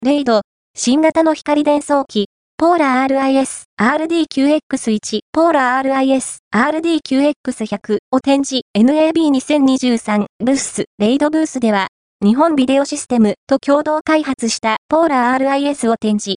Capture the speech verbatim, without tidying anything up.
レイド、新型の光伝送機、ポーラ アールアイエス、アールディーキューエックスワン、ポーラ アールアイエス、アールディーキューエックスひゃく を展示、エヌエービーにせんにじゅうさん ブース、レイドブースでは、日本ビデオシステムと共同開発したポーラ アールアイエス を展示。